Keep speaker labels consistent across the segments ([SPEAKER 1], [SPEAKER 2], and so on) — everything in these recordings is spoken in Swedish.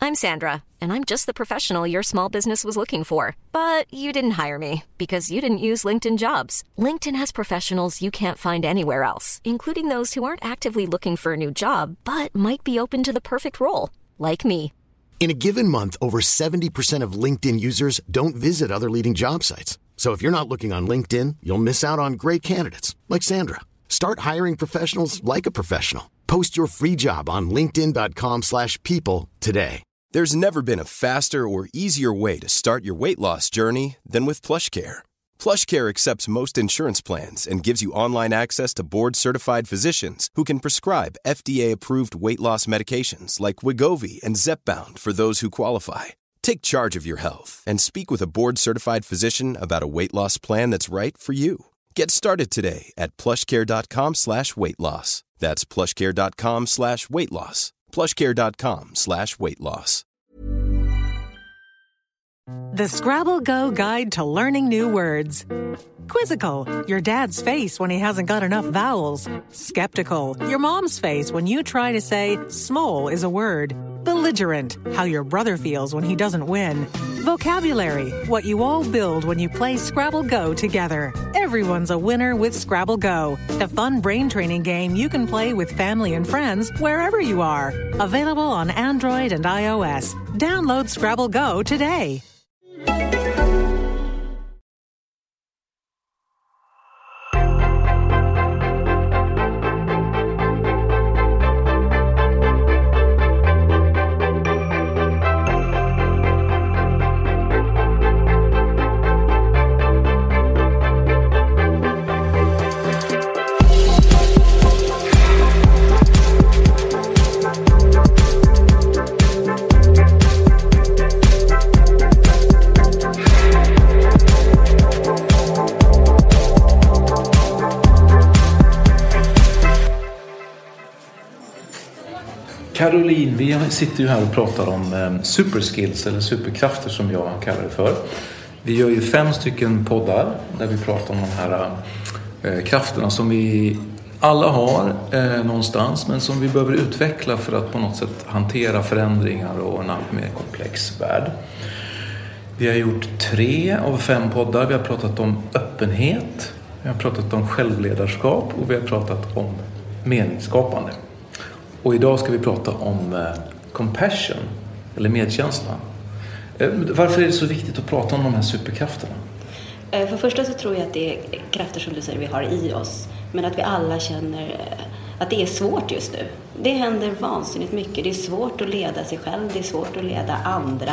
[SPEAKER 1] I'm Sandra, and I'm just the professional your small business was looking for. But you didn't hire me because you didn't use LinkedIn Jobs. LinkedIn has professionals you can't find anywhere else, including those who aren't actively looking for a new job, but might be open to the perfect role, like me.
[SPEAKER 2] In a given month, over 70% of LinkedIn users don't visit other leading job sites. So if you're not looking on LinkedIn, you'll miss out on great candidates like Sandra. Start hiring professionals like a professional. Post your free job on linkedin.com/people today.
[SPEAKER 3] There's never been a faster or easier way to start your weight loss journey than with PlushCare. PlushCare accepts most insurance plans and gives you online access to board-certified physicians who can prescribe FDA-approved weight loss medications like Wegovy and Zepbound for those who qualify. Take charge of your health and speak with a board-certified physician about a weight loss plan that's right for you. Get started today at plushcare.com/weightloss. That's plushcare.com/weightloss. plushcare.com/weightloss.
[SPEAKER 4] The Scrabble Go Guide to Learning New Words. Quizzical, your dad's face when he hasn't got enough vowels. Skeptical, your mom's face when you try to say small is a word. Belligerent, how your brother feels when he doesn't win. Vocabulary, what you all build when you play Scrabble Go together. Everyone's a winner with Scrabble Go, the fun brain training game you can play with family and friends wherever you are. Available on Android and iOS. Download Scrabble Go today.
[SPEAKER 5] Caroline, vi sitter ju här och pratar om superskills eller superkrafter som jag kallar det för. Vi gör ju 5 stycken poddar där vi pratar om de här krafterna som vi alla har någonstans, men som vi behöver utveckla för att på något sätt hantera förändringar och en allt mer komplex värld. Vi har gjort 3 av 5 poddar. Vi har pratat om öppenhet, vi har pratat om självledarskap och vi har pratat om meningsskapande. Och idag ska vi prata om compassion, eller medkänsla. Varför är det så viktigt att prata om de här superkrafterna?
[SPEAKER 6] För första så tror jag att det är krafter som du säger vi har i oss. Men att vi alla känner att det är svårt just nu. Det händer vansinnigt mycket. Det är svårt att leda sig själv. Det är svårt att leda andra.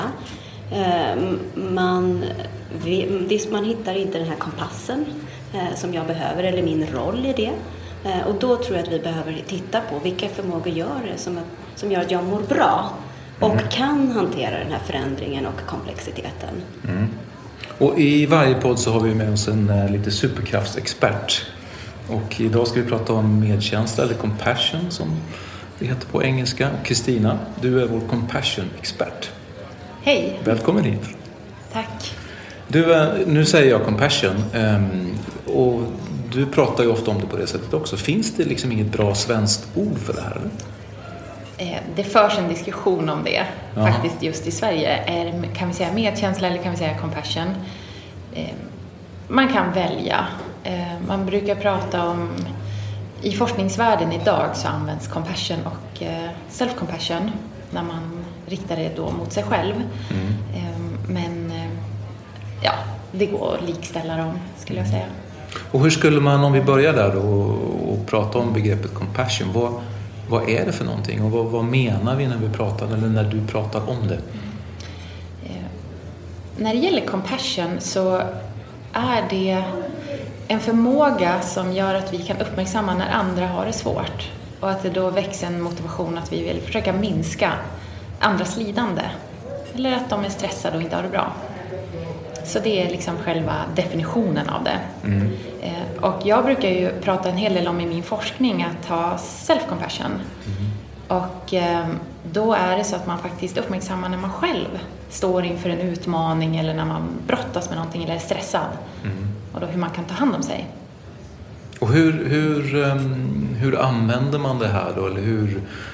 [SPEAKER 6] Man hittar inte den här kompassen som jag behöver, eller min roll i det. Och då tror jag att vi behöver titta på vilka förmågor gör det som gör att jag mår bra och kan hantera den här förändringen och komplexiteten.
[SPEAKER 5] Mm. Och i varje podd så har vi med oss en lite superkraftsexpert. Och idag ska vi prata om medkänsla eller compassion som det heter på engelska. Kristina, du är vår compassion-expert.
[SPEAKER 7] Hej!
[SPEAKER 5] Välkommen hit.
[SPEAKER 7] Tack.
[SPEAKER 5] Du, nu säger jag compassion och du pratar ju ofta om det på det sättet också. Finns det liksom inget bra svenskt ord för det här?
[SPEAKER 7] Det förs en diskussion om det faktiskt just i Sverige. Kan vi säga medkänsla eller kan vi säga compassion? Man kan välja. Man brukar prata om, i forskningsvärlden idag så används compassion och self-compassion när man riktar det då mot sig själv. Men det går att likställa dem skulle jag säga.
[SPEAKER 5] Och hur skulle man, om vi börjar där då och prata om begreppet compassion, vad är det för någonting och vad menar vi när vi pratar eller när du pratar om det?
[SPEAKER 7] När det gäller compassion så är det en förmåga som gör att vi kan uppmärksamma när andra har det svårt och att det då växer en motivation att vi vill försöka minska andras lidande eller att de är stressade och inte har det bra. Så det är liksom själva definitionen av det. Och jag brukar ju prata en hel del om i min forskning att ha self-compassion. Och då är det så att man faktiskt uppmärksammar när man själv står inför en utmaning eller när man brottas med någonting eller är stressad. Och då hur man kan ta hand om sig.
[SPEAKER 5] Och hur använder man det här då? Eller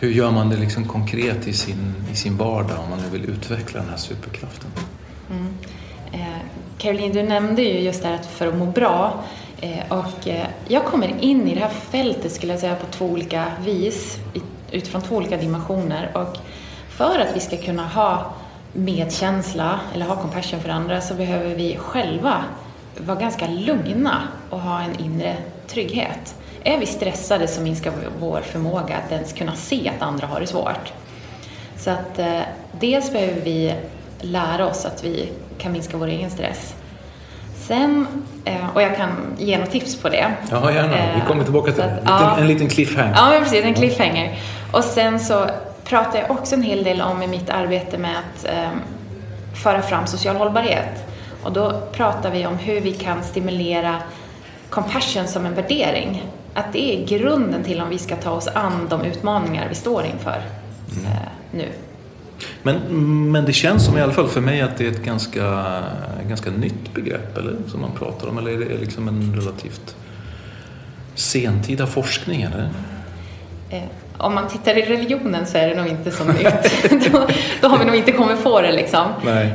[SPEAKER 5] Hur gör man det liksom konkret i sin vardag om man nu vill utveckla den här superkraften?
[SPEAKER 7] Caroline, du nämnde ju just det här att för att må bra. Och jag kommer in i det här fältet skulle jag säga på 2 olika vis, utifrån 2 olika dimensioner. Och för att vi ska kunna ha medkänsla eller ha compassion för andra så behöver vi själva vara ganska lugna och ha en inre trygghet. Är vi stressade så minskar vår förmåga att ens kunna se att andra har det svårt. Så att dels behöver vi lära oss att vi kan minska vår egen stress. Sen, och jag kan ge några tips på det.
[SPEAKER 5] Ja, gärna. Vi kommer tillbaka till en liten cliffhanger.
[SPEAKER 7] Ja, men precis, en cliffhanger. Och sen så pratar jag också en hel del om i mitt arbete med att föra fram social hållbarhet. Och då pratar vi om hur vi kan stimulera compassion som en värdering. Att det är grunden till om vi ska ta oss an de utmaningar vi står inför nu.
[SPEAKER 5] Men det känns som i alla fall för mig att det är ett ganska nytt begrepp eller, som man pratar om. Eller är det liksom en relativt sentida forskning? Eller?
[SPEAKER 7] Om man tittar i religionen så är det nog inte så nytt. då har vi nog inte kommit på det liksom.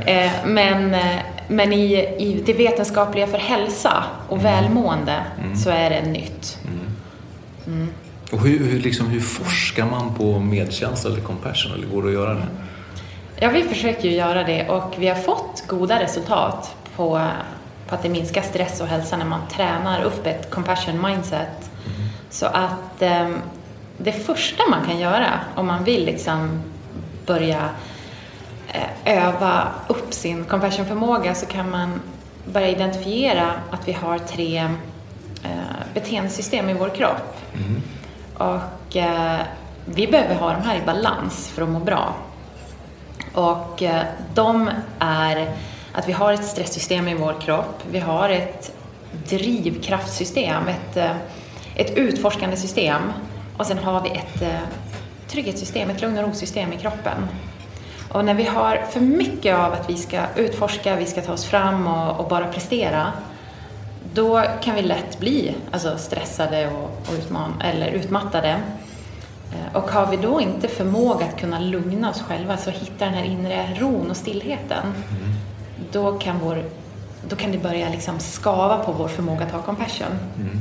[SPEAKER 7] Men i det vetenskapliga för hälsa och välmående så är det nytt.
[SPEAKER 5] Och hur forskar man på medkänsla eller compassion? Eller går det att göra det?
[SPEAKER 7] Ja, vi försöker ju göra det och vi har fått goda resultat på att det minskar stress och hälsa när man tränar upp ett compassion mindset. Så att det första man kan göra om man vill liksom börja öva upp sin compassion-förmåga så kan man börja identifiera att vi har 3 beteendesystem i vår kropp. Och vi behöver ha de här i balans för att må bra. Och de är att vi har ett stresssystem i vår kropp, vi har ett drivkraftsystem, ett utforskande system och sen har vi ett trygghetssystem, ett lugn- och ro-system i kroppen. Och när vi har för mycket av att vi ska utforska, vi ska ta oss fram och bara prestera, då kan vi lätt bli stressade och utmattade. Och har vi då inte förmåga att kunna lugna oss själva så hitta den här inre ron och stillheten, då kan det börja liksom skava på vår förmåga att ha compassion.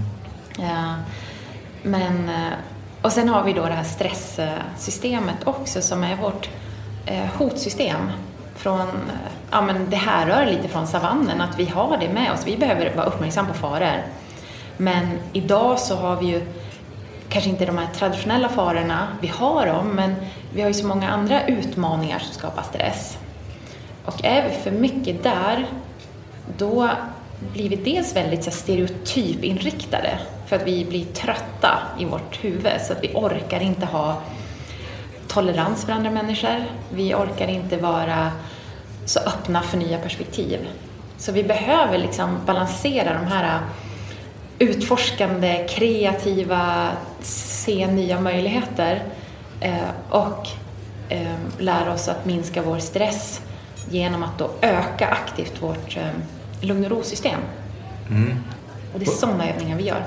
[SPEAKER 7] Och sen har vi då det här stresssystemet också som är vårt hotsystem. Det här rör lite från savannen, att vi har det med oss. Vi behöver vara uppmärksamma på faror. Men idag så har vi ju kanske inte de här traditionella farorna. Vi har dem, men vi har ju så många andra utmaningar som skapar stress. Och är vi för mycket där, då blir vi dels väldigt stereotypinriktade. För att vi blir trötta i vårt huvud. Så att vi orkar inte ha tolerans för andra människor. Vi orkar inte vara så öppna för nya perspektiv. Så vi behöver liksom balansera de här utforskande, kreativa, se nya möjligheter och lära oss att minska vår stress genom att då öka aktivt vårt lugn- och ro-system. Och det är sådana övningar vi gör.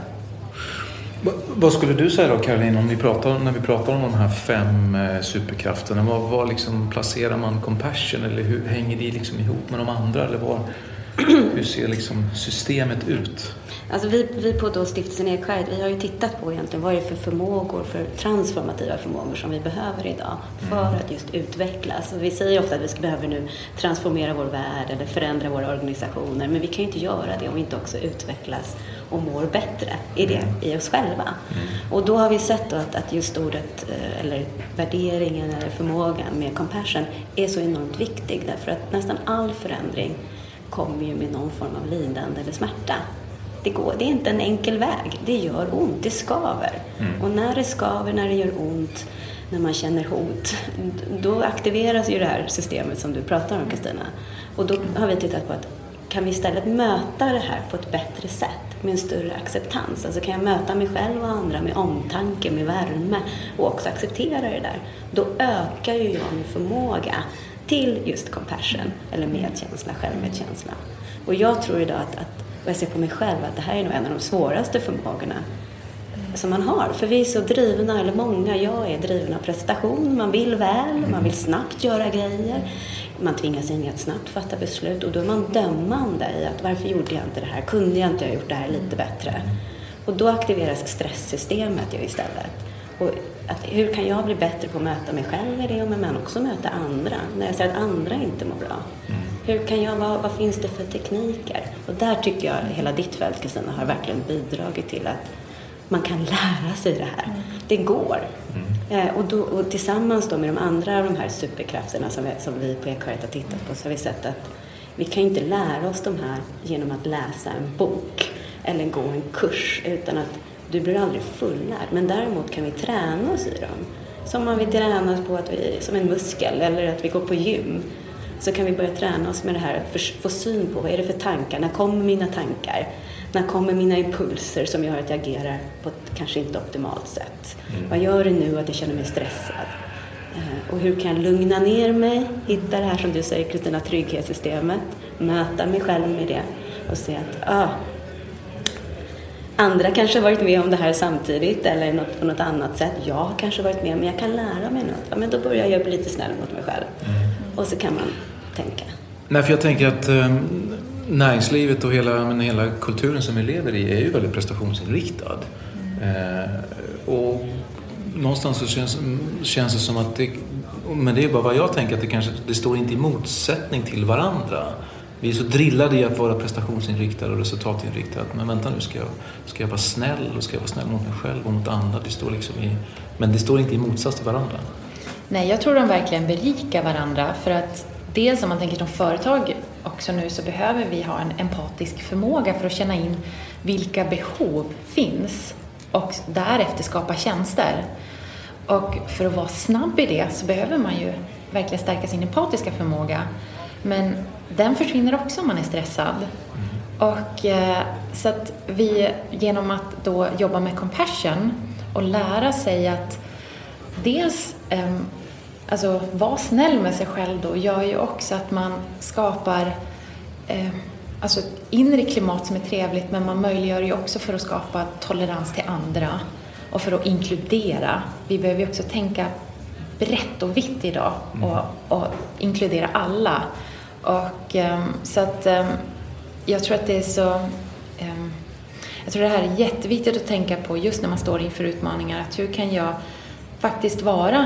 [SPEAKER 5] Vad skulle du säga då, Caroline, när vi pratar om de här 5 superkrafterna? Var liksom placerar man compassion, eller hur hänger det liksom ihop med de andra? Eller hur ser liksom systemet ut?
[SPEAKER 6] Alltså vi på då Stiftelsen Ekskärret, vi har ju tittat på egentligen vad är det för förmågor, för transformativa förmågor som vi behöver idag för att just utvecklas. Och vi säger ofta att vi behöver nu transformera vår värld eller förändra våra organisationer, men vi kan ju inte göra det om vi inte också utvecklas och mår bättre i det, i oss själva. Och då har vi sett då att just ordet eller värderingen eller förmågan med compassion är så enormt viktig, därför att nästan all förändring kommer ju med någon form av lidande eller smärta. Det är inte en enkel väg. Det gör ont, det skaver. Och när det skaver, när det gör ont, när man känner hot, då aktiveras ju det här systemet som du pratar om, Kristina. Och då har vi tittat på att kan vi istället möta det här på ett bättre sätt, med en större acceptans. Alltså kan jag möta mig själv och andra med omtanke, med värme och också acceptera det där. Då ökar ju jag min förmåga till just compassion eller medkänsla, självmedkänsla. Och jag tror idag och jag ser på mig själv att det här är nog en av de svåraste förmågorna som man har. För vi är så drivna, eller många, jag är driven av prestation. Man vill väl, man vill snabbt göra grejer. Man tvingas in i att snabbt fatta beslut och då är man dömande i att varför gjorde jag inte det här? Kunde jag inte ha gjort det här lite bättre? Och då aktiveras stresssystemet ju istället. Och hur kan jag bli bättre på att möta mig själv i det men också möta andra när jag ser att andra inte mår bra? Hur kan jag, vad finns det för tekniker? Och där tycker jag hela ditt fält, Kristina, har verkligen bidragit till att man kan lära sig det här. Det går. Och tillsammans då med de andra av de här superkrafterna som vi på Eckhart har tittat på så har vi sett att vi kan inte lära oss de här genom att läsa en bok eller gå en kurs utan att du blir aldrig fullärd. Men däremot kan vi träna oss i dem. Som man vill träna oss på som en muskel eller att vi går på gym. Så kan vi börja träna oss med det här, få syn på vad är det för tankar, när kommer mina tankar, när kommer mina impulser som gör att jag agerar på ett kanske inte optimalt sätt. Vad gör det nu att jag känner mig stressad? Och hur kan jag lugna ner mig, hitta det här som du säger Kristina, trygghetssystemet, möta mig själv med det och se att andra kanske har varit med om det här samtidigt eller på något annat sätt. Jag har kanske varit med men jag kan lära mig något. Ja, men då börjar jag bli lite snäll mot mig själv. Och så kan man tänka.
[SPEAKER 5] Nej, för jag tänker att näringslivet och hela kulturen som vi lever i är ju väldigt prestationsinriktad. Och någonstans så känns det som att men det är bara vad jag tänker att det står inte i motsättning till varandra. Vi är så drillade i att vara prestationsinriktade och resultatinriktade. Men vänta nu, ska jag vara snäll och ska jag vara snäll mot mig själv och mot andra? Det står men det står inte i motsats till varandra.
[SPEAKER 7] Nej, jag tror de verkligen berikar varandra för att dels om man tänker som företag också nu så behöver vi ha en empatisk förmåga för att känna in vilka behov finns och därefter skapa tjänster. Och för att vara snabb i det så behöver man ju verkligen stärka sin empatiska förmåga. Men den försvinner också om man är stressad. Och så att vi genom att då jobba med compassion och lära sig att dels alltså vara snäll med sig själv då gör ju också att man skapar alltså ett inre klimat som är trevligt, men man möjliggör ju också för att skapa tolerans till andra och för att inkludera. Vi behöver ju också tänka brett och vitt idag och inkludera alla. Och så att jag tror att det är så jag tror det här är jätteviktigt att tänka på just när man står inför utmaningar, att hur kan jag faktiskt vara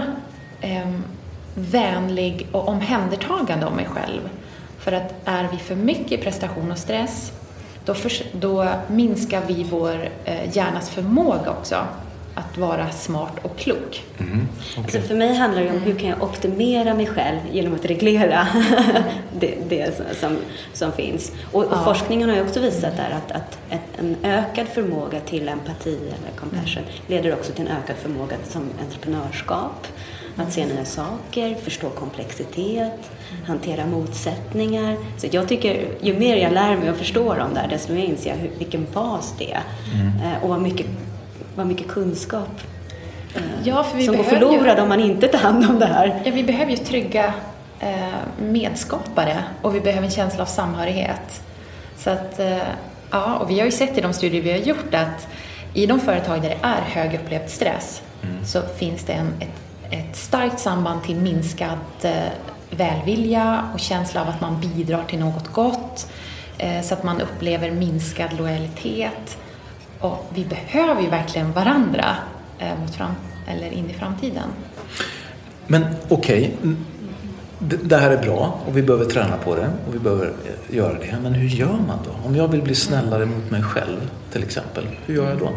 [SPEAKER 7] vänlig och omhändertagande om mig själv. För att är vi för mycket i prestation och stress då minskar vi vår hjärnas förmåga också att vara smart och klok.
[SPEAKER 5] Okay.
[SPEAKER 6] Alltså för mig handlar det om hur kan jag optimera mig själv genom att reglera det som finns. Och forskningen har ju också visat där att en ökad förmåga till empati eller compassion leder också till en ökad förmåga som entreprenörskap. Att se nya saker, förstå komplexitet, hantera motsättningar. Så jag tycker, ju mer jag lär mig och förstår om det här, desto mer inser jag vilken bas det är. Och vad mycket kunskap
[SPEAKER 7] för vi
[SPEAKER 6] som går förlorad om man inte tar hand om det här.
[SPEAKER 7] Ja, vi behöver ju trygga medskapare och vi behöver en känsla av samhörighet. Så att, och vi har ju sett i de studier vi har gjort att i de företag där det är hög upplevd stress så finns det ett starkt samband till minskad välvilja och känsla av att man bidrar till något gott, så att man upplever minskad lojalitet. Och vi behöver ju verkligen varandra in i framtiden.
[SPEAKER 5] Men okej, det här är bra och vi behöver träna på det och vi behöver göra det. Men hur gör man då? Om jag vill bli snällare mot mig själv till exempel, hur gör jag då?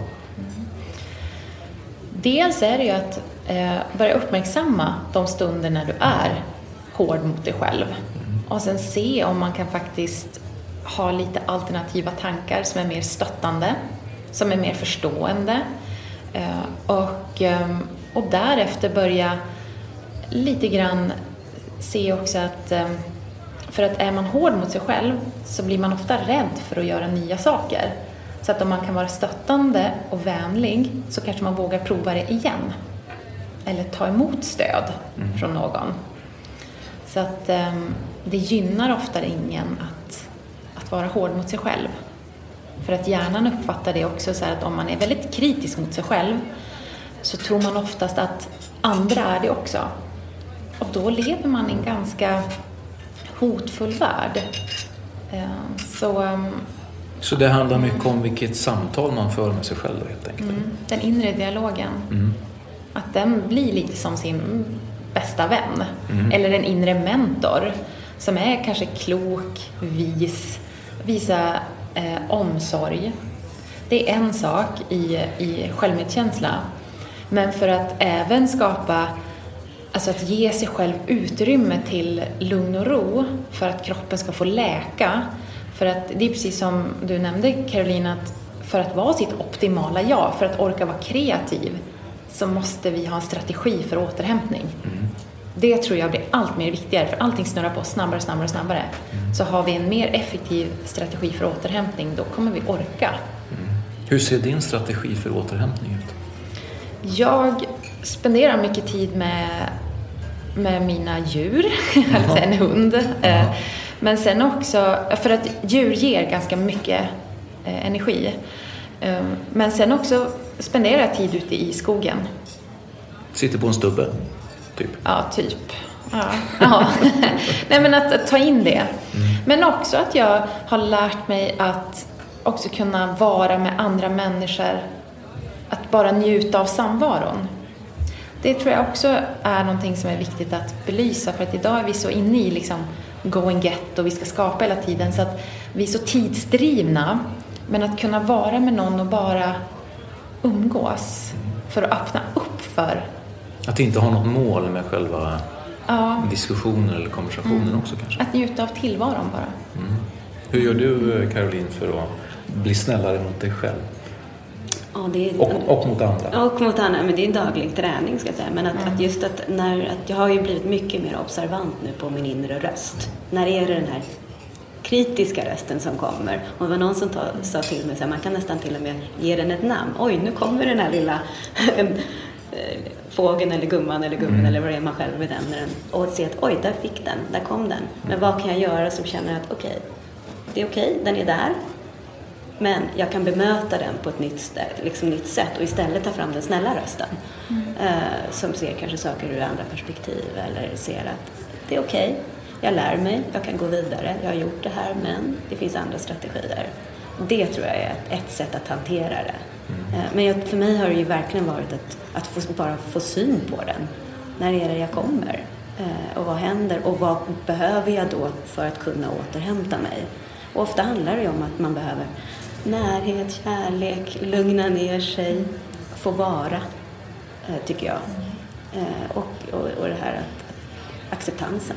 [SPEAKER 7] Dels är det ju att börja uppmärksamma de stunder när du är hård mot dig själv. Och sen se om man kan faktiskt ha lite alternativa tankar som är mer stöttande, som är mer förstående. Och därefter börja lite grann se också att för att är man hård mot sig själv så blir man ofta rädd för att göra nya saker. Så att om man kan vara stöttande och vänlig så kanske man vågar prova det igen. Eller ta emot stöd från någon. Så att det gynnar ofta ingen att vara hård mot sig själv. För att hjärnan uppfattar det också så här att om man är väldigt kritisk mot sig själv så tror man oftast att andra är det också. Och då lever man i en ganska hotfull värld.
[SPEAKER 5] Så det handlar mycket om vilket samtal man för med sig själv helt enkelt.
[SPEAKER 7] Den inre dialogen. Att den blir lite som sin bästa vän. Eller en inre mentor som är kanske klok, visa omsorg. Det är en sak i självmedkänsla. Men för att även skapa, alltså att ge sig själv utrymme till lugn och ro för att kroppen ska få läka. För att det är precis som du nämnde, Caroline, att för att vara sitt optimala jag, för att orka vara kreativ, så måste vi ha en strategi för återhämtning. Det tror jag blir allt mer viktigare, för allting snurrar på snabbare. Så har vi en mer effektiv strategi för återhämtning, då kommer vi orka.
[SPEAKER 5] Hur ser din strategi för återhämtning ut?
[SPEAKER 7] Jag spenderar mycket tid med mina djur, alltså en hund. Men sen också, för att djur ger ganska mycket energi. Men sen också spenderar jag tid ute i skogen.
[SPEAKER 5] Sitter på en stubbe, typ?
[SPEAKER 7] Ja, typ. Ja. Nej, men att ta in det. Men också att jag har lärt mig att också kunna vara med andra människor. Att bara njuta av samvaron. Det tror jag också är någonting som är viktigt att belysa. För att idag är vi så inne i liksom go and get och vi ska skapa hela tiden. Så att vi är så tidsdrivna. Men att kunna vara med någon och bara umgås. För att öppna upp för.
[SPEAKER 5] Att inte ha något mål med själva diskussionen eller konversationen också kanske.
[SPEAKER 7] Att njuta av tillvaron bara.
[SPEAKER 5] Hur gör du, Caroline, för att bli snällare mot dig själv?
[SPEAKER 6] Ja, det är,
[SPEAKER 5] och mot andra.
[SPEAKER 6] Och mot andra, men det är en daglig träning ska jag säga. Men att just att jag har ju blivit mycket mer observant nu på min inre röst. När är det den här kritiska rösten som kommer? Och det var någon som sa till mig så här, man kan nästan till och med ge den ett namn. Oj, nu kommer den här lilla fågeln eller gumman eller gubben eller vad det är man själv benämner den. Och se att oj, där fick den, där kom den. Men vad kan jag göra som känner att okej, det är okej, den är där. Men jag kan bemöta den på ett nytt sätt och istället ta fram den snälla rösten. Som ser kanske saker ur andra perspektiv eller ser att det är okej. Jag lär mig, jag kan gå vidare, jag har gjort det här, men det finns andra strategier. Det tror jag är ett sätt att hantera det. Men för mig har det ju verkligen varit att bara få syn på den. När är det jag kommer? Och vad händer? Och vad behöver jag då för att kunna återhämta mig? Och ofta handlar det ju om att man behöver närhet, kärlek, lugna ner sig, få vara, tycker jag. Och det här acceptansen.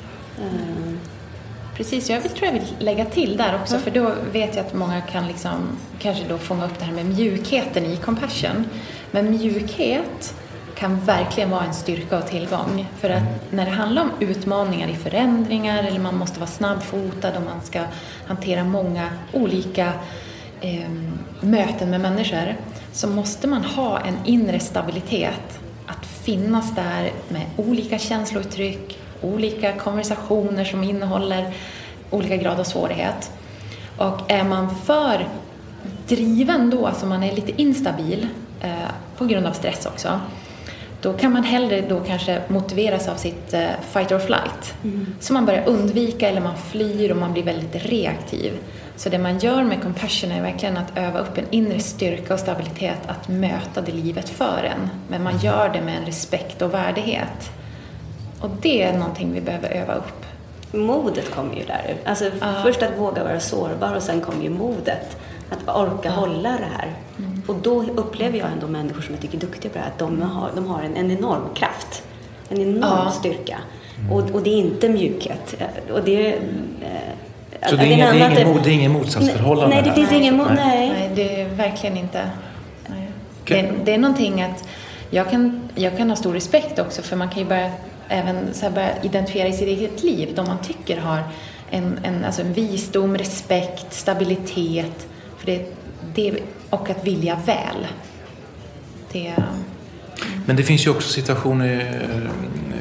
[SPEAKER 7] Precis, jag tror jag vill lägga till där också, för då vet jag att många kan liksom, kanske då fånga upp det här med mjukheten i compassion. Men mjukhet kan verkligen vara en styrka och tillgång. För att när det handlar om utmaningar i förändringar eller man måste vara snabbfotad och man ska hantera många olika möten med människor, så måste man ha en inre stabilitet. Att finnas där med olika känslouttryck, olika konversationer som innehåller olika grad av svårighet. Och är man för driven då, alltså man är lite instabil på grund av stress också, då kan man hellre då kanske motiveras av sitt fight or flight. Så man börjar undvika eller man flyr och man blir väldigt reaktiv. Så det man gör med compassion är verkligen att öva upp en inre styrka och stabilitet att möta det livet för en. Men man gör det med en respekt och värdighet. Och det är någonting vi behöver öva upp.
[SPEAKER 6] Modet kommer ju där. Alltså först att våga vara sårbar och sen kommer ju modet. Att orka hålla det här. Och då upplever jag ändå människor som jag tycker är duktiga på det här. Att de har en enorm kraft. En enorm styrka. Och det är inte mjukhet. Och det
[SPEAKER 5] så det är ingen motsatsförhållande?
[SPEAKER 6] Nej, det finns ingen
[SPEAKER 7] nej, det är verkligen inte. Nej. Det är någonting att jag kan ha stor respekt också, för man kan ju börja identifiera i sitt eget liv de man tycker har alltså en visdom, respekt, stabilitet, för det och att vilja väl.
[SPEAKER 5] Men det finns ju också situationer,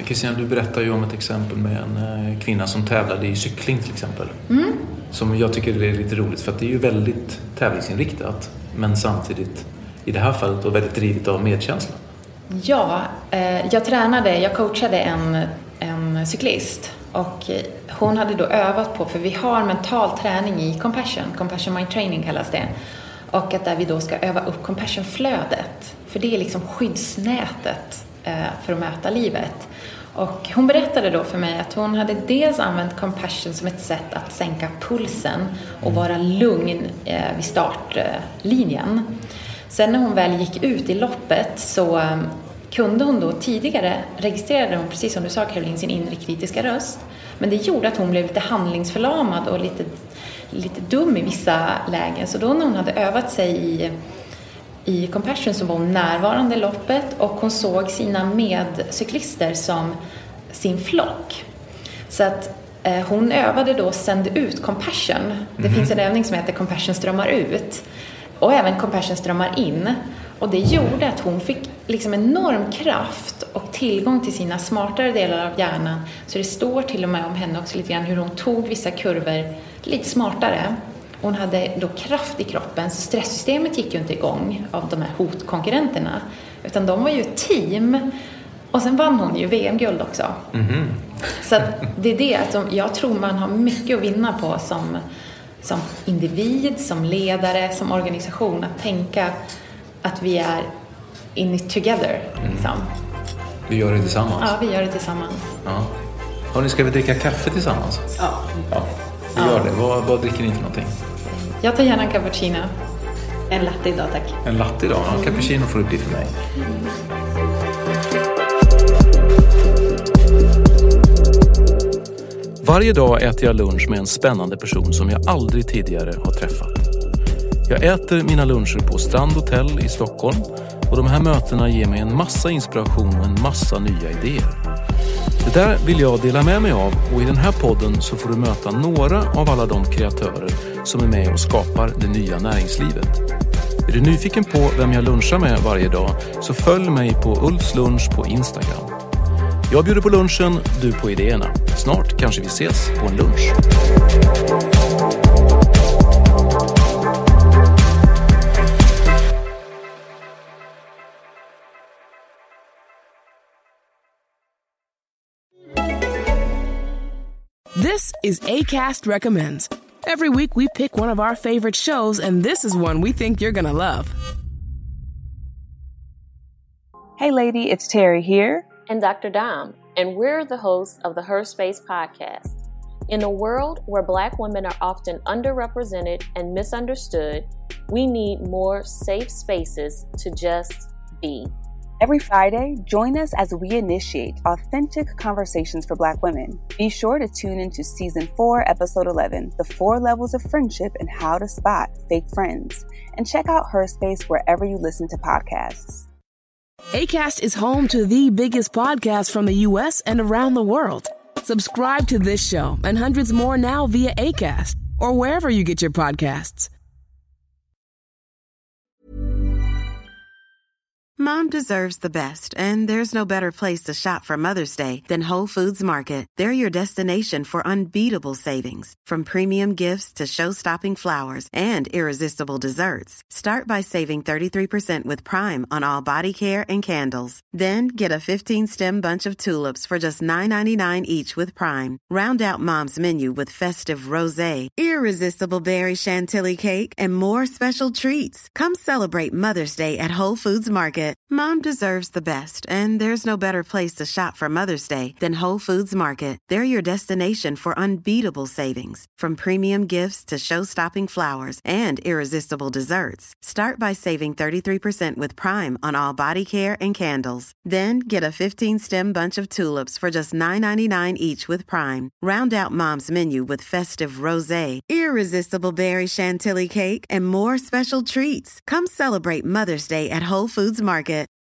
[SPEAKER 5] Kristina, du berättar ju om ett exempel med en kvinna som tävlade i cykling till exempel. Som jag tycker är lite roligt för att det är ju väldigt tävlingsinriktat men samtidigt i det här fallet och väldigt drivet av medkänsla.
[SPEAKER 7] Ja, jag coachade en cyklist och hon hade då övat på, för vi har mental träning i compassion mind training kallas det, och att där vi då ska öva upp compassionflödet, för det är liksom skyddsnätet för att möta livet. Och hon berättade då för mig att hon hade dels använt compassion som ett sätt att sänka pulsen och vara lugn vid startlinjen. Sen när hon väl gick ut i loppet så kunde hon då tidigare, registrerade hon, precis som du sa Caroline, sin inre kritiska röst. Men det gjorde att hon blev lite handlingsförlamad och lite dum i vissa lägen. Så då när hon hade övat sig i compassion så var hon närvarande i loppet och hon såg sina medcyklister som sin flock. Så att hon övade då, sände ut compassion. Det finns en övning som heter compassion strömmar ut. Och även compassion strömmar in. Och det gjorde att hon fick liksom enorm kraft och tillgång till sina smartare delar av hjärnan. Så det står till och med om henne också lite grann hur hon tog vissa kurvor lite smartare. Hon hade då kraft i kroppen, så stresssystemet gick ju inte igång av de här hotkonkurrenterna. Utan de var ju ett team. Och sen vann hon ju VM-guld också. Så att det är det att jag tror man har mycket att vinna på som individ, som ledare, som organisation, att tänka att vi är in it together. Liksom.
[SPEAKER 5] Vi gör det tillsammans.
[SPEAKER 7] Ja, vi gör det tillsammans.
[SPEAKER 5] Ja. Hörrni, ska vi dricka kaffe tillsammans?
[SPEAKER 6] Ja.
[SPEAKER 5] Vi gör det. Vad dricker ni för någonting?
[SPEAKER 7] Jag tar gärna en cappuccino.
[SPEAKER 6] En latte idag, tack.
[SPEAKER 5] En latte idag? Ja, cappuccino får det bli för mig. Varje dag äter jag lunch med en spännande person som jag aldrig tidigare har träffat. Jag äter mina luncher på Strand Hotel i Stockholm och de här mötena ger mig en massa inspiration och en massa nya idéer. Det där vill jag dela med mig av och i den här podden så får du möta några av alla de kreatörer som är med och skapar det nya näringslivet. Är du nyfiken på vem jag lunchar med varje dag så följ mig på Ulfs lunch på Instagram. Jag bjuder på lunchen, du på idéerna. Snart kanske vi ses på en lunch.
[SPEAKER 8] This is Acast Recommends. Every week we pick one of our favorite shows, and this is one we think you're gonna love.
[SPEAKER 9] Hey lady, it's Terry here.
[SPEAKER 10] And Dr. Dom, and we're the hosts of the Her Space podcast. In a world where Black women are often underrepresented and misunderstood, we need more safe spaces to just be.
[SPEAKER 9] Every Friday, join us as we initiate authentic conversations for Black women. Be sure to tune into Season 4, Episode 11, The 4 Levels of Friendship and How to Spot Fake Friends. And check out Her Space wherever you listen to podcasts.
[SPEAKER 8] Acast is home to the biggest podcasts from the U.S. and around the world. Subscribe to this show and hundreds more now via Acast or wherever you get your podcasts.
[SPEAKER 11] Mom deserves the best, and there's no better place to shop for Mother's Day than Whole Foods Market. They're your destination for unbeatable savings, from premium gifts to show-stopping flowers and irresistible desserts. Start by saving 33% with Prime on all body care and candles. Then get a 15-stem bunch of tulips for just $9.99 each with Prime. Round out Mom's menu with festive rosé, irresistible berry chantilly cake, and more special treats. Come celebrate Mother's Day at Whole Foods Market. Mom deserves the best, and there's no better place to shop for Mother's Day than Whole Foods Market. They're your destination for unbeatable savings, from premium gifts to show-stopping flowers and irresistible desserts. Start by saving 33% with Prime on all body care and candles. Then get a 15-stem bunch of tulips for just $9.99 each with Prime. Round out Mom's menu with festive rosé, irresistible berry chantilly cake, and more special treats. Come celebrate Mother's Day at Whole Foods Market.